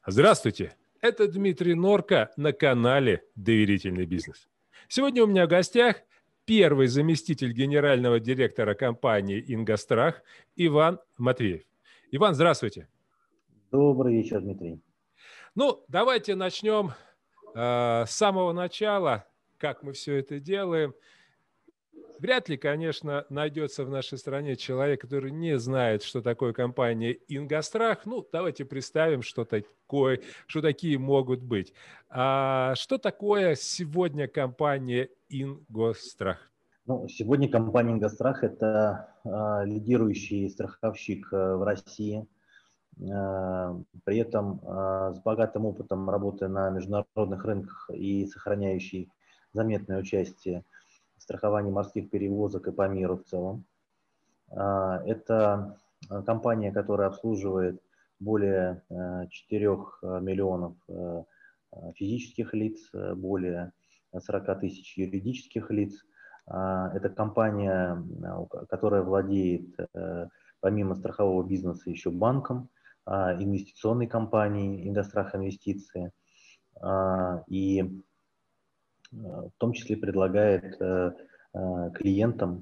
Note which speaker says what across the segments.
Speaker 1: Здравствуйте, это Дмитрий Норка на канале «Доверительный бизнес». Сегодня у меня в гостях первый заместитель генерального директора компании «Ингострах» Иван Матвеев. Иван, здравствуйте.
Speaker 2: Добрый вечер, Дмитрий.
Speaker 1: Ну, давайте начнем с самого начала, как мы все это делаем. Вряд ли, конечно, найдется в нашей стране человек, который не знает, что такое компания «Ингострах». Ну, давайте представим, что такие могут быть. Что такое сегодня компания «Ингострах»?
Speaker 2: Сегодня компания «Ингострах» – это лидирующий страховщик в России. При этом с богатым опытом работы на международных рынках и сохраняющий заметное участие в страховании морских перевозок и по миру в целом. Это компания, которая обслуживает более 4 миллионов физических лиц, более 40 тысяч юридических лиц. Это компания, которая владеет помимо страхового бизнеса еще банком, инвестиционной компанией «Ингострах Инвестиции», и в том числе предлагает клиентам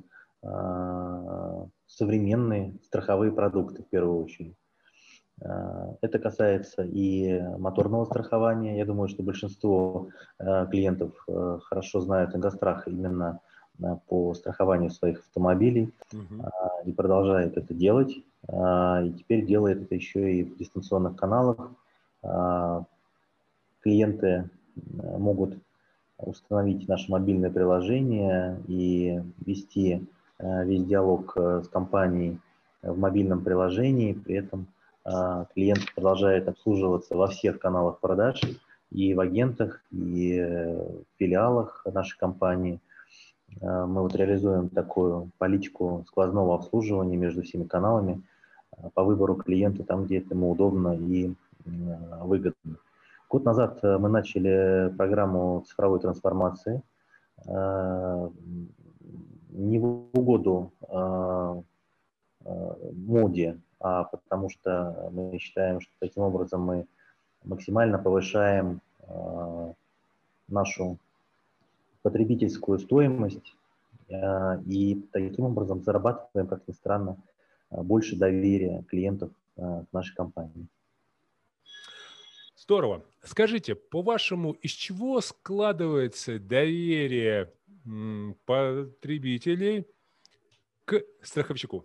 Speaker 2: современные страховые продукты в первую очередь. Это касается и моторного страхования. Я думаю, что большинство клиентов хорошо знают «Ингострах» именно по страхованию своих автомобилей и продолжает это делать. И теперь делает это еще и в дистанционных каналах. Клиенты могут установить наше мобильное приложение и вести весь диалог с компанией в мобильном приложении. При этом клиент продолжает обслуживаться во всех каналах продаж, и в агентах, и в филиалах нашей компании. Мы реализуем такую политику сквозного обслуживания между всеми каналами по выбору клиента там, где это ему удобно и выгодно. Год назад мы начали программу цифровой трансформации. Не в угоду моде, а потому что мы считаем, что таким образом мы максимально повышаем нашу потребительскую стоимость и таким образом зарабатываем, как ни странно, больше доверия клиентов к нашей компании.
Speaker 1: Здорово. Скажите, по-вашему, из чего складывается доверие потребителей к страховщику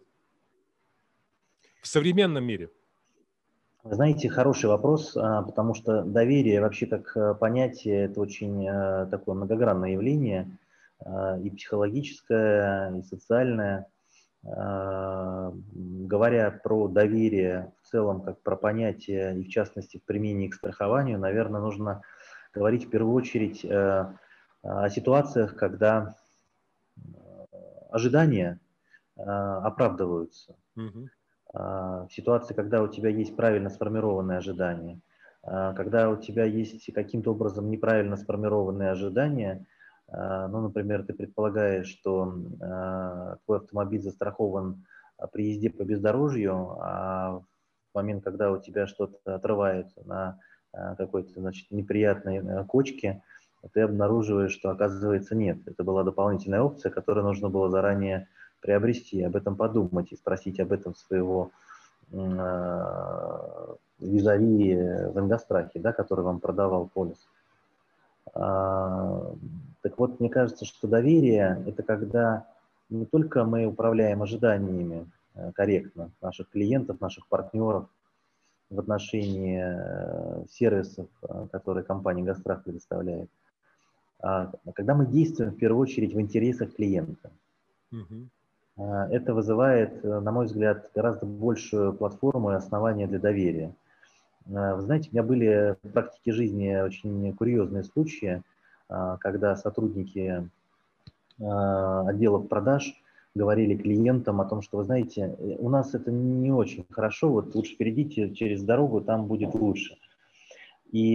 Speaker 1: в современном мире?
Speaker 2: Вы знаете, хороший вопрос, потому что доверие вообще как понятие – это очень такое многогранное явление, и психологическое, и социальное. Говоря про доверие в целом, как про понятие, и в частности в применении к страхованию, наверное, нужно говорить в первую очередь о ситуациях, когда ожидания оправдываются. В ситуации, когда у тебя есть правильно сформированные ожидания, когда у тебя есть каким-то образом неправильно сформированные ожидания, например, ты предполагаешь, что твой автомобиль застрахован при езде по бездорожью, а в момент, когда у тебя что-то отрывает на какой-то, неприятной кочке, ты обнаруживаешь, что, оказывается, нет. Это была дополнительная опция, которую нужно было заранее приобрести, об этом подумать и спросить об этом своего визави в Ингострахе, да, который вам продавал полис. Так вот, мне кажется, что доверие – это когда не только мы управляем ожиданиями корректно наших клиентов, наших партнеров в отношении сервисов, которые компания «Ингострах» предоставляет, а когда мы действуем в первую очередь в интересах клиента. Это вызывает, на мой взгляд, гораздо большую платформу и основания для доверия. Вы знаете, у меня были в практике жизни очень курьезные случаи, когда сотрудники отделов продаж говорили клиентам о том, что, вы знаете, у нас это не очень хорошо, вот лучше перейдите через дорогу, там будет лучше. И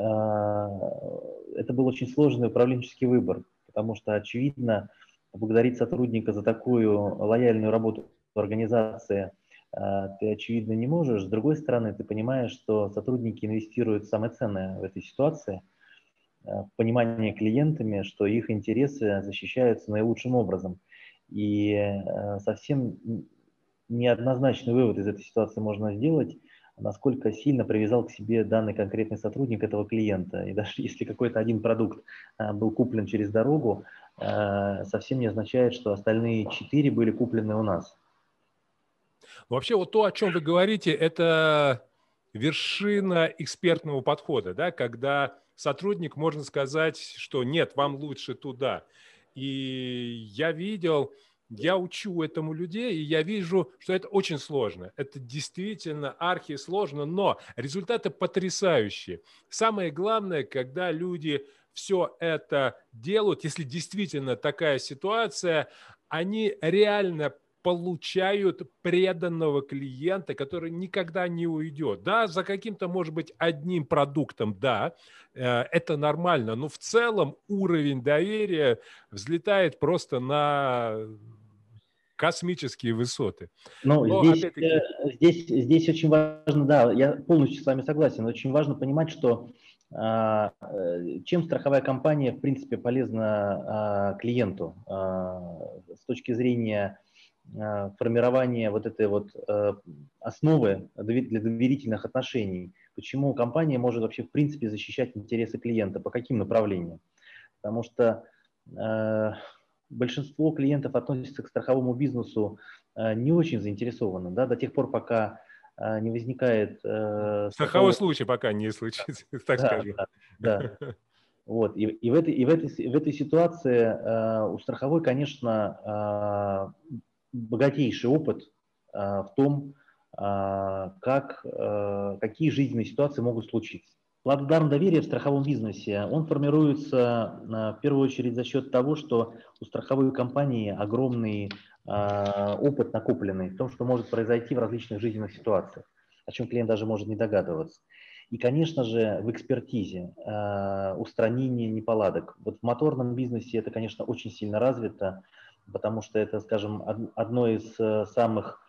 Speaker 2: это был очень сложный управленческий выбор, потому что, очевидно, поблагодарить сотрудника за такую лояльную работу в организации ты, очевидно, не можешь. С другой стороны, ты понимаешь, что сотрудники инвестируют самое ценное в этой ситуации, понимание клиентами, что их интересы защищаются наилучшим образом. И совсем неоднозначный вывод из этой ситуации можно сделать, насколько сильно привязал к себе данный конкретный сотрудник этого клиента. И даже если какой-то один продукт был куплен через дорогу, совсем не означает, что остальные 4 были куплены у нас.
Speaker 1: Вообще вот то, о чем вы говорите, это вершина экспертного подхода, да, когда сотрудник можно сказать, что нет, вам лучше туда. И я видел, я учу этому людей, и я вижу, что это очень сложно. Это действительно архисложно, но результаты потрясающие. Самое главное, когда люди все это делают, если действительно такая ситуация, они реально получают преданного клиента, который никогда не уйдет. Да, за каким-то, может быть, одним продуктом, да, это нормально, но в целом уровень доверия взлетает просто на космические высоты.
Speaker 2: Ну,
Speaker 1: Но,
Speaker 2: здесь,
Speaker 1: опять-таки,
Speaker 2: здесь очень важно, да, я полностью с вами согласен, очень важно понимать, что чем страховая компания, в принципе, полезна клиенту с точки зрения формирования вот этой вот основы для доверительных отношений. Почему компания может вообще, в принципе, защищать интересы клиента, по каким направлениям? Потому что большинство клиентов относятся к страховому бизнесу не очень заинтересованно, да, до тех пор, пока не возникает
Speaker 1: страховой
Speaker 2: страхового...
Speaker 1: случай пока не случится, так
Speaker 2: Да,
Speaker 1: скажем.
Speaker 2: да, да. Вот. И в этой ситуации у страховой, конечно, богатейший опыт в том, какие жизненные ситуации могут случиться. Плацдарм доверия в страховом бизнесе, он формируется в первую очередь за счет того, что у страховой компании огромный опыт накопленный в том, что может произойти в различных жизненных ситуациях, о чем клиент даже может не догадываться. И, конечно же, в экспертизе, устранении неполадок. Вот в моторном бизнесе это, конечно, очень сильно развито, потому что это, скажем, одно из самых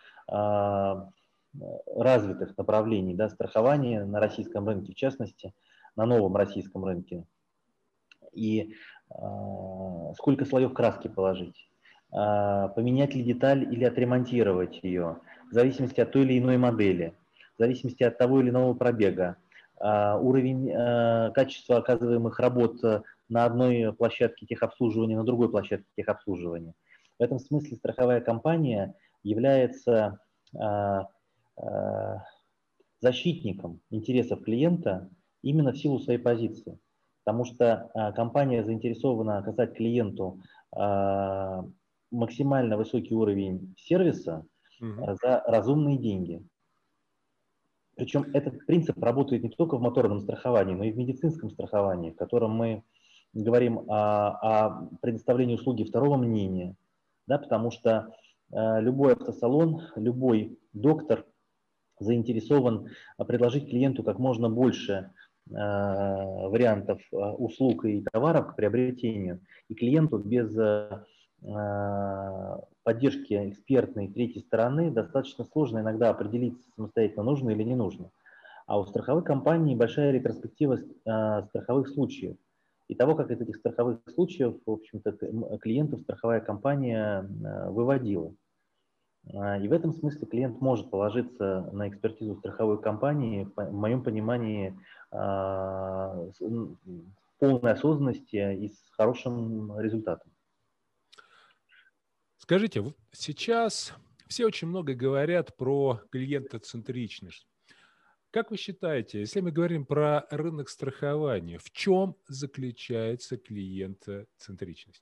Speaker 2: развитых направлений, да, страхования на российском рынке, в частности, на новом российском рынке. И сколько слоев краски положить, поменять ли деталь или отремонтировать ее, в зависимости от той или иной модели, в зависимости от того или иного пробега, уровень качества оказываемых работ на одной площадке техобслуживания, на другой площадке техобслуживания. В этом смысле страховая компания является защитником интересов клиента именно в силу своей позиции. Потому что компания заинтересована оказать клиенту максимально высокий уровень сервиса за разумные деньги. Причем этот принцип работает не только в моторном страховании, но и в медицинском страховании, в котором мы говорим о предоставлении услуги второго мнения, да, потому что любой автосалон, любой доктор заинтересован предложить клиенту как можно больше вариантов услуг и товаров к приобретению. И клиенту без поддержки экспертной третьей стороны достаточно сложно иногда определить самостоятельно, нужно или не нужно. А у страховой компании большая ретроспектива страховых случаев. И того, как из этих страховых случаев, в общем-то, клиентов страховая компания выводила. И в этом смысле клиент может положиться на экспертизу страховой компании, в моем понимании, в полной осознанности и с хорошим результатом.
Speaker 1: Скажите, вот сейчас все очень много говорят про клиентоцентричность. Как вы считаете, если мы говорим про рынок страхования, в чем заключается клиентоцентричность?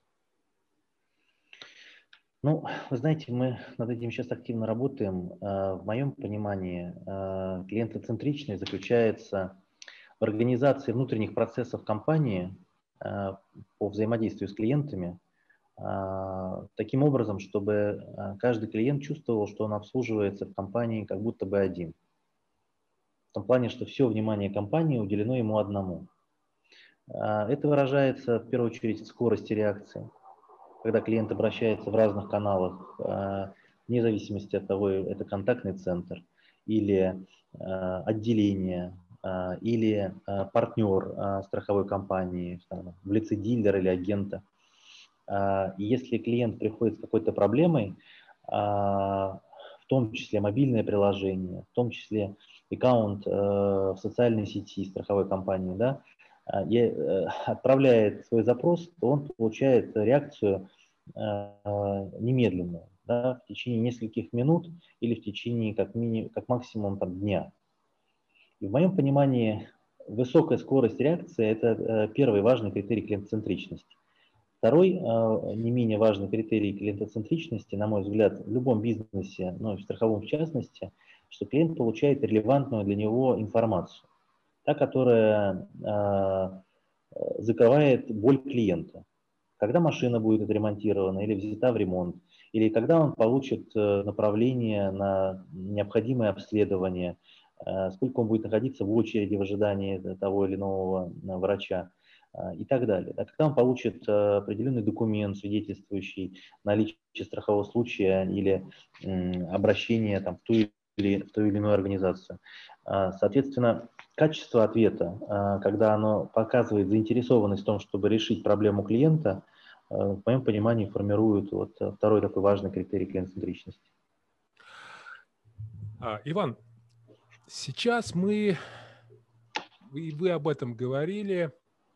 Speaker 2: Ну, вы знаете, мы над этим сейчас активно работаем. В моем понимании клиентоцентричность заключается в организации внутренних процессов компании по взаимодействию с клиентами, таким образом, чтобы каждый клиент чувствовал, что он обслуживается в компании как будто бы один. В том плане, что все внимание компании уделено ему одному. Это выражается в первую очередь в скорости реакции. Когда клиент обращается в разных каналах, вне зависимости от того, это контактный центр или отделение, или партнер страховой компании в лице дилера или агента. И если клиент приходит с какой-то проблемой, в том числе мобильное приложение, в том числе аккаунт в социальной сети страховой компании, да, и отправляет свой запрос, то он получает реакцию немедленную, да, в течение нескольких минут или в течение как максимум дня. И в моем понимании высокая скорость реакции – это первый важный критерий клиентоцентричности. Второй, не менее важный критерий клиентоцентричности, на мой взгляд, в любом бизнесе, ну и в страховом в частности, что клиент получает релевантную для него информацию, та, которая закрывает боль клиента. Когда машина будет отремонтирована или взята в ремонт, или когда он получит направление на необходимое обследование, сколько он будет находиться в очереди в ожидании того или иного врача и так далее. А когда он получит определенный документ, свидетельствующий наличие страхового случая или обращение в ту или иную организацию. Соответственно, качество ответа, когда оно показывает заинтересованность в том, чтобы решить проблему клиента, в моем понимании формирует второй такой важный критерий клиентоцентричности.
Speaker 1: Иван, сейчас вы об этом говорили,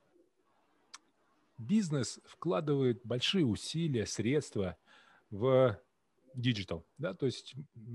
Speaker 1: бизнес вкладывает большие усилия, средства в диджитал, да, то есть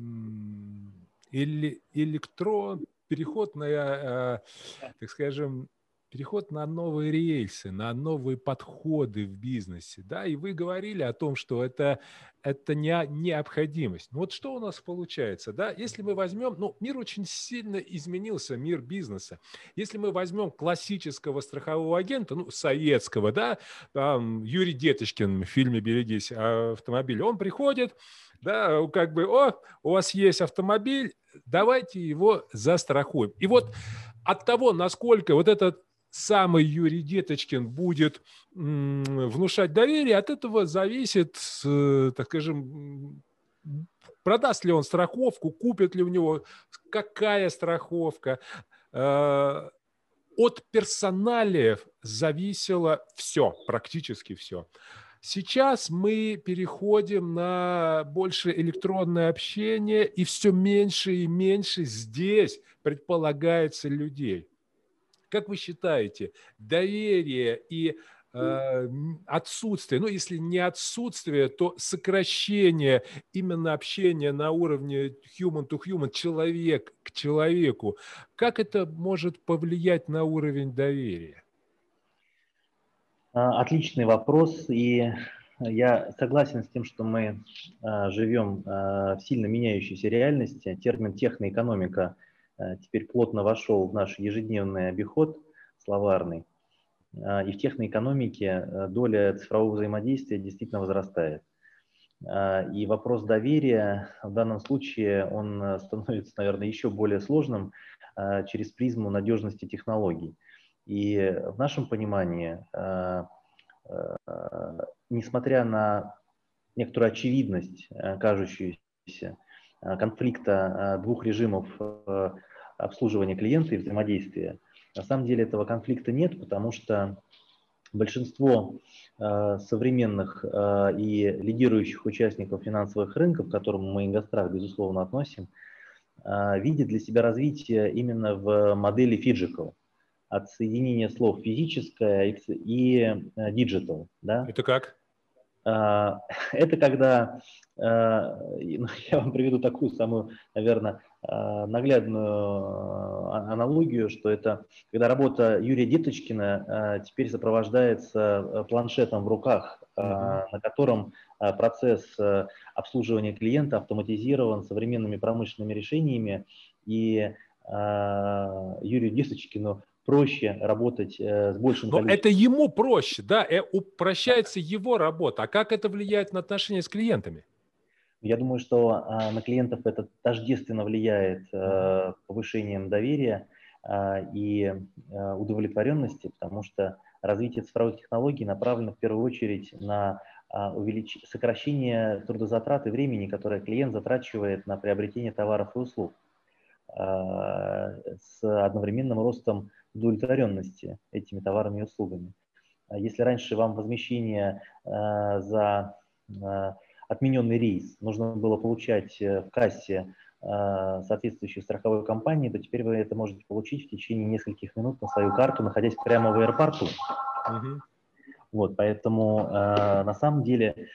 Speaker 1: переход на, так скажем, переход на новые рельсы, на новые подходы в бизнесе, да, и вы говорили о том, что это необходимость. Вот что у нас получается, да, если мы возьмем, мир очень сильно изменился, мир бизнеса. Если мы возьмем классического страхового агента, советского, да, там, Юрий Деточкин в фильме «Берегись автомобиля», он приходит, да, у вас есть автомобиль, давайте его застрахуем. И вот от того, насколько вот этот самый Юрий Деточкин будет внушать доверие, от этого зависит, так скажем, продаст ли он страховку, купит ли у него, какая страховка. От персоналиев зависело все, практически все. Сейчас мы переходим на больше электронное общение, и все меньше и меньше здесь предполагается людей. Как вы считаете, доверие и отсутствие, если не отсутствие, то сокращение именно общения на уровне human to human, человек к человеку, как это может повлиять на уровень доверия?
Speaker 2: Отличный вопрос, и я согласен с тем, что мы живем в сильно меняющейся реальности. Термин техноэкономика теперь плотно вошел в наш ежедневный обиход словарный. И в техноэкономике доля цифрового взаимодействия действительно возрастает. И вопрос доверия в данном случае, он становится, наверное, еще более сложным через призму надежности технологий. И в нашем понимании, несмотря на некоторую очевидность, кажущуюся, конфликта двух режимов обслуживания клиента и взаимодействия, на самом деле этого конфликта нет, потому что большинство современных и лидирующих участников финансовых рынков, к которым мы Ингострах, безусловно, относим, видят для себя развитие именно в модели Phygital, от соединения слов физическое и digital. Да?
Speaker 1: Это как?
Speaker 2: Это когда, я вам приведу такую самую, наверное, наглядную аналогию, что это когда работа Юрия Деточкина теперь сопровождается планшетом в руках, на котором процесс обслуживания клиента автоматизирован современными промышленными решениями, и Юрию Деточкину проще работать с большим
Speaker 1: количеством. Но это ему проще, да, упрощается его работа. А как это влияет на отношения с клиентами?
Speaker 2: Я думаю, что на клиентов это тождественно влияет повышением доверия и удовлетворенности, потому что развитие цифровых технологий направлено в первую очередь на сокращение трудозатрат и времени, которое клиент затрачивает на приобретение товаров и услуг, с одновременным ростом удовлетворенности этими товарами и услугами. Если раньше вам возмещение за отмененный рейс нужно было получать в кассе соответствующей страховой компании, то теперь вы это можете получить в течение нескольких минут на свою карту, находясь прямо в аэропорту. Вот, поэтому на самом деле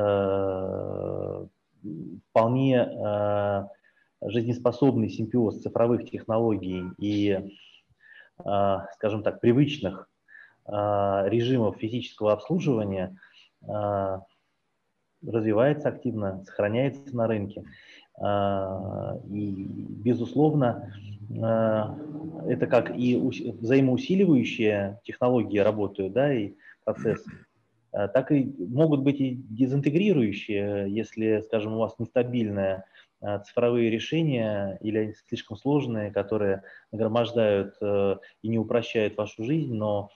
Speaker 2: вполне жизнеспособный симбиоз цифровых технологий и, скажем так, привычных режимов физического обслуживания развивается активно, сохраняется на рынке. И, безусловно, это как и взаимоусиливающие технологии работают, да, и процессы, так и могут быть и дезинтегрирующие, если, скажем, у вас нестабильные цифровые решения или слишком сложные, которые нагромождают и не упрощают вашу жизнь, но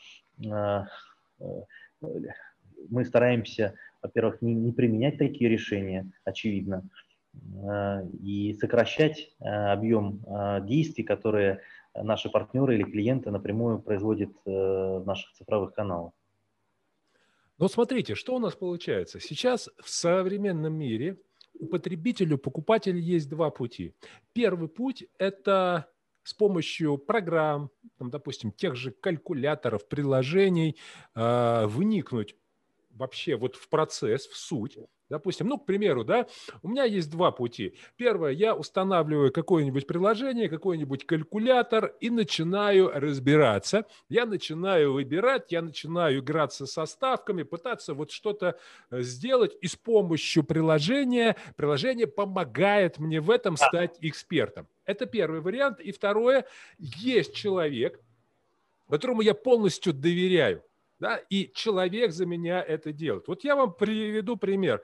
Speaker 2: мы стараемся, во-первых, не применять такие решения, очевидно, и сокращать объем действий, которые наши партнеры или клиенты напрямую производят в наших цифровых каналах.
Speaker 1: Но смотрите, что у нас получается. Сейчас в современном мире у потребителя, у покупателя есть два пути. Первый путь – это с помощью программ, там, допустим, тех же калькуляторов, приложений, вникнуть вообще вот в процесс, в суть. Допустим, ну, к примеру, да, у меня есть два пути. Первое, я устанавливаю какое-нибудь приложение, какой-нибудь калькулятор и начинаю разбираться. Я начинаю выбирать, я начинаю играться со ставками, пытаться вот что-то сделать, и с помощью приложения помогает мне в этом стать экспертом. Это первый вариант. И второе, есть человек, которому я полностью доверяю. Да, и человек за меня это делает. Вот я вам приведу пример.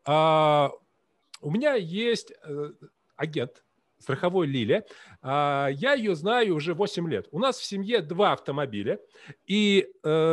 Speaker 1: У меня есть агент страховой Лиля. Я ее знаю уже 8 лет. У нас в семье 2 автомобиля. И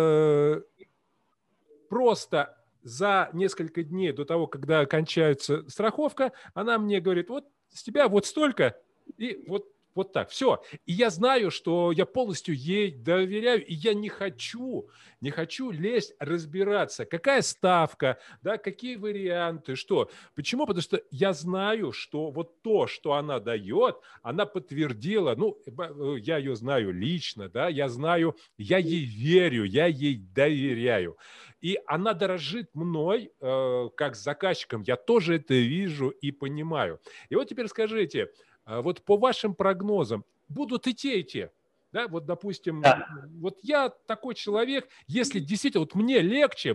Speaker 1: просто за несколько дней до того, когда кончается страховка, она мне говорит, вот с тебя вот столько, и вот так, все. И я знаю, что я полностью ей доверяю, и я не хочу лезть, разбираться, какая ставка, да, какие варианты, что. Почему? Потому что я знаю, что вот то, что она дает, она подтвердила, ну, я ее знаю лично, да, я знаю, я ей верю, я ей доверяю. И она дорожит мной, как заказчиком, я тоже это вижу и понимаю. И вот теперь скажите, вот по вашим прогнозам будут и те, да, вот, допустим, вот я такой человек, если действительно, вот мне легче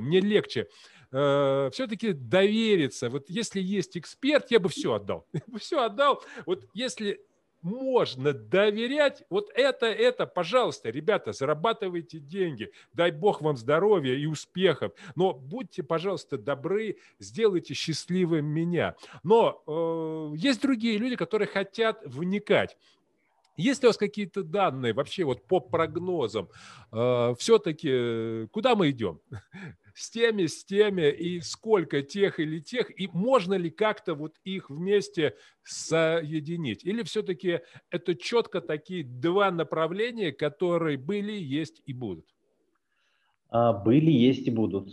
Speaker 1: все-таки довериться, вот если есть эксперт, я бы все отдал, вот если можно доверять, вот это, пожалуйста, ребята, зарабатывайте деньги, дай бог вам здоровья и успехов, но будьте, пожалуйста, добры, сделайте счастливым меня. Но есть другие люди, которые хотят вникать. Есть ли у вас какие-то данные вообще вот по прогнозам? Все-таки куда мы идем? С теми, и сколько тех или тех, и можно ли как-то вот их вместе соединить? Или все-таки это четко такие два направления, которые были, есть и будут?
Speaker 2: Были, есть и будут.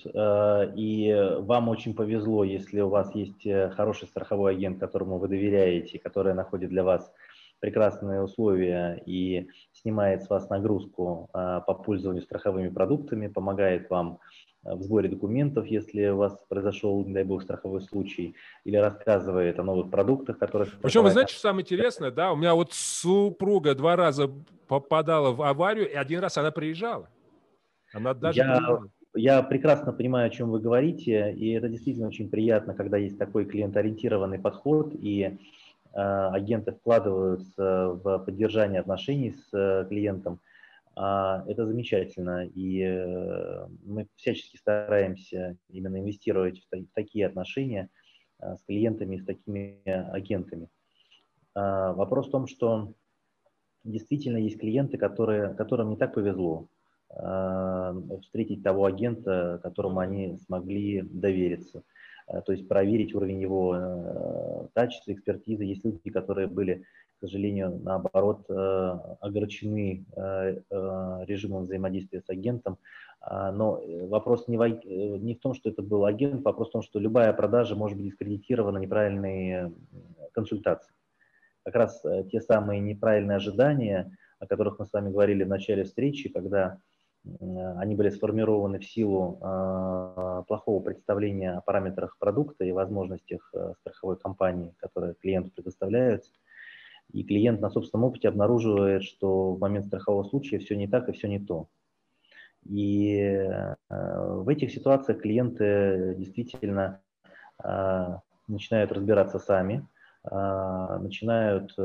Speaker 2: И вам очень повезло, если у вас есть хороший страховой агент, которому вы доверяете, который находит для вас прекрасные условия и снимает с вас нагрузку по пользованию страховыми продуктами, помогает вам в сборе документов, если у вас произошел, не дай бог, страховой случай, или рассказывает о новых продуктах, которые
Speaker 1: Причем, вы
Speaker 2: страховая
Speaker 1: знаете, что самое интересное, да, у меня вот супруга 2 раза попадала в аварию, и 1 раз она приезжала. Она даже приезжала.
Speaker 2: Я прекрасно понимаю, о чем вы говорите, и это действительно очень приятно, когда есть такой клиентоориентированный подход, и агенты вкладываются в поддержание отношений с клиентом. Это замечательно, и мы всячески стараемся именно инвестировать в такие отношения с клиентами, с такими агентами. Вопрос в том, что действительно есть клиенты, которым не так повезло. встретить того агента, которому они смогли довериться. То есть проверить уровень его качества, экспертизы. Есть люди, которые были, к сожалению, наоборот, огорчены режимом взаимодействия с агентом. Но вопрос не в том, что это был агент, вопрос в том, что любая продажа может быть дискредитирована неправильной консультацией. Как раз те самые неправильные ожидания, о которых мы с вами говорили в начале встречи, когда они были сформированы в силу плохого представления о параметрах продукта и возможностях страховой компании, которые клиенту предоставляются. И клиент на собственном опыте обнаруживает, что в момент страхового случая все не так и все не то. И в этих ситуациях клиенты действительно начинают разбираться сами, начинают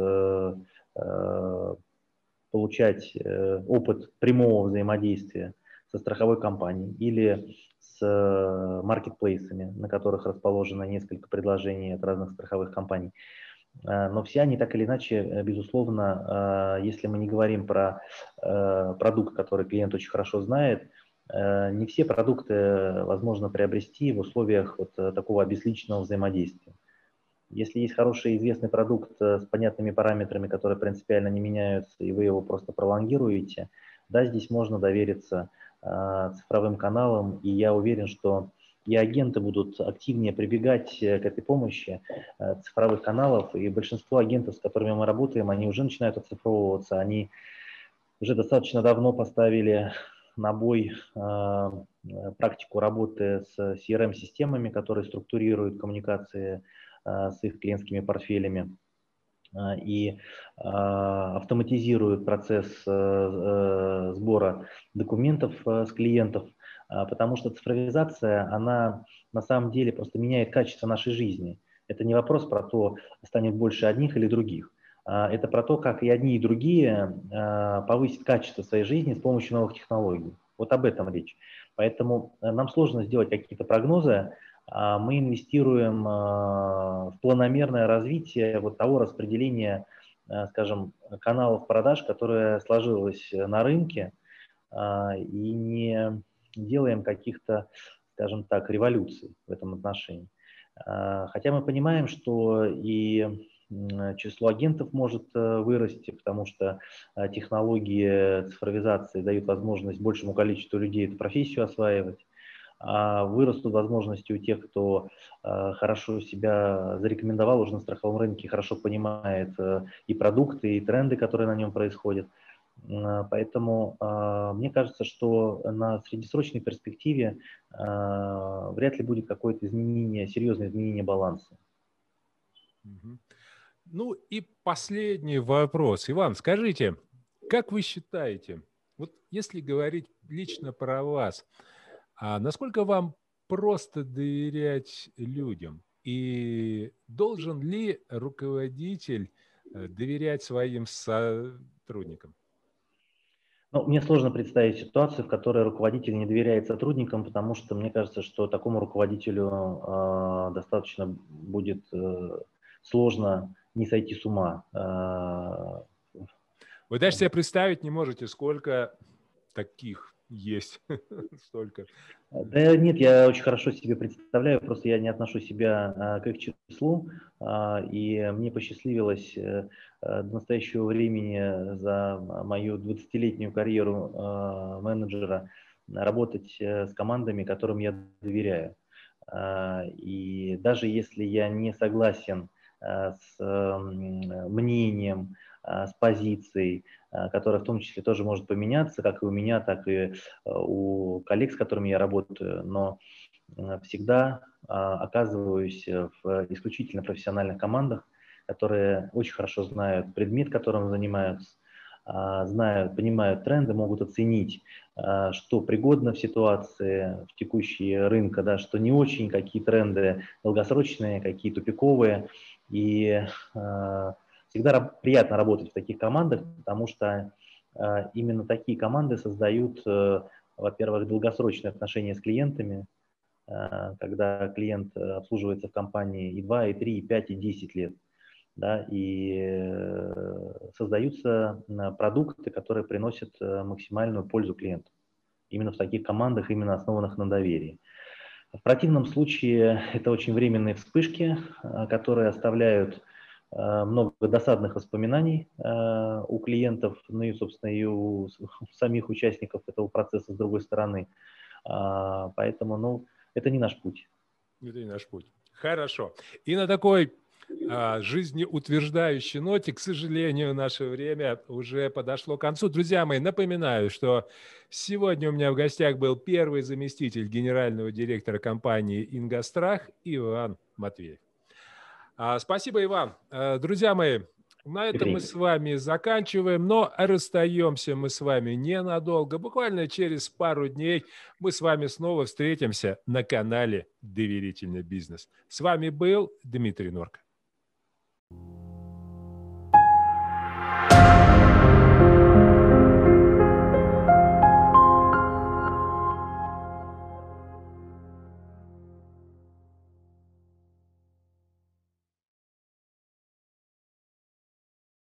Speaker 2: получать опыт прямого взаимодействия со страховой компанией или с маркетплейсами, на которых расположено несколько предложений от разных страховых компаний. Но все они так или иначе, безусловно, если мы не говорим про продукт, который клиент очень хорошо знает, не все продукты возможно приобрести в условиях вот такого безличного взаимодействия. Если есть хороший известный продукт с понятными параметрами, которые принципиально не меняются, и вы его просто пролонгируете, да, здесь можно довериться цифровым каналам, и я уверен, что и агенты будут активнее прибегать к этой помощи цифровых каналов, и большинство агентов, с которыми мы работаем, они уже начинают оцифровываться, они уже достаточно давно поставили на бой практику работы с CRM-системами, которые структурируют коммуникации с их клиентскими портфелями и автоматизируют процесс сбора документов с клиентов, потому что цифровизация, она на самом деле просто меняет качество нашей жизни. Это не вопрос про то, станет больше одних или других. Это про то, как и одни, и другие повысят качество своей жизни с помощью новых технологий. Вот об этом речь. Поэтому нам сложно сделать какие-то прогнозы. Мы инвестируем в планомерное развитие вот того распределения, скажем, каналов продаж, которое сложилось на рынке, и не делаем каких-то, скажем так, революций в этом отношении. Хотя мы понимаем, что и число агентов может вырасти, потому что технологии цифровизации дают возможность большему количеству людей эту профессию осваивать. Вырастут возможности у тех, кто хорошо себя зарекомендовал уже на страховом рынке, хорошо понимает и продукты, и тренды, которые на нем происходят. Поэтому мне кажется, что на среднесрочной перспективе вряд ли будет какое-то изменение, серьезное изменение баланса.
Speaker 1: Ну и последний вопрос. Иван, скажите, как вы считаете, вот если говорить лично про вас, насколько вам просто доверять людям? И должен ли руководитель доверять своим сотрудникам?
Speaker 2: Ну, мне сложно представить ситуацию, в которой руководитель не доверяет сотрудникам, потому что мне кажется, что такому руководителю достаточно будет сложно не сойти с ума.
Speaker 1: Вы даже себе представить не можете, сколько таких есть, столько.
Speaker 2: Да нет, я очень хорошо себе представляю, просто я не отношу себя к их числу, и мне посчастливилось до настоящего времени за мою 20-летнюю карьеру менеджера работать с командами, которым я доверяю. И даже если я не согласен с мнением, с позицией, которая в том числе тоже может поменяться, как и у меня, так и у коллег, с которыми я работаю, но всегда оказываюсь в исключительно профессиональных командах, которые очень хорошо знают предмет, которым занимаются, знают, понимают тренды, могут оценить, что пригодно в ситуации, в текущей рынка, да, что не очень, какие тренды долгосрочные, какие тупиковые. И всегда приятно работать в таких командах, потому что именно такие команды создают, во-первых, долгосрочные отношения с клиентами, когда клиент обслуживается в компании и 2, и 3, и 5, и 10 лет. Да, и создаются продукты, которые приносят максимальную пользу клиенту. именно в таких командах, именно основанных на доверии. В противном случае это очень временные вспышки, которые оставляют много досадных воспоминаний у клиентов, ну и, собственно, и у самих участников этого процесса с другой стороны. Поэтому, ну, это не наш путь.
Speaker 1: Это не наш путь. Хорошо. И на такой жизнеутверждающей ноте, к сожалению, наше время уже подошло к концу. Друзья мои, напоминаю, что сегодня у меня в гостях был первый заместитель генерального директора компании «Ингострах» Иван Матвеев. Спасибо, Иван. Друзья мои, на этом мы с вами заканчиваем, но расстаемся мы с вами ненадолго. Буквально через пару дней мы с вами снова встретимся на канале «Доверительный бизнес». С вами был Дмитрий Норка.